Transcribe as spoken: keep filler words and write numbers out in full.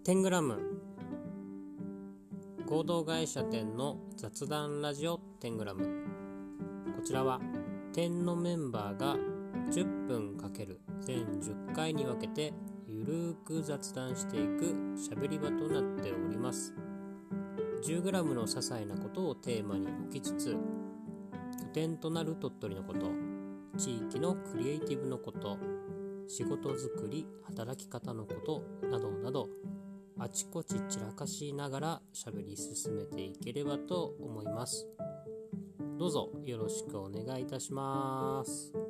テングラム合同会社店の雑談ラジオテングラム。こちらは店のメンバーがじゅっぷんかける全じゅっかいに分けてゆるーく雑談していくしゃべり場となっております。 じゅうグラム の些細なことをテーマに置きつつ、拠点となる鳥取のこと、地域のクリエイティブのこと、仕事作り働き方のことなどなど、あちこち散らかしながら喋り進めていければと思います。どうぞよろしくお願いいたします。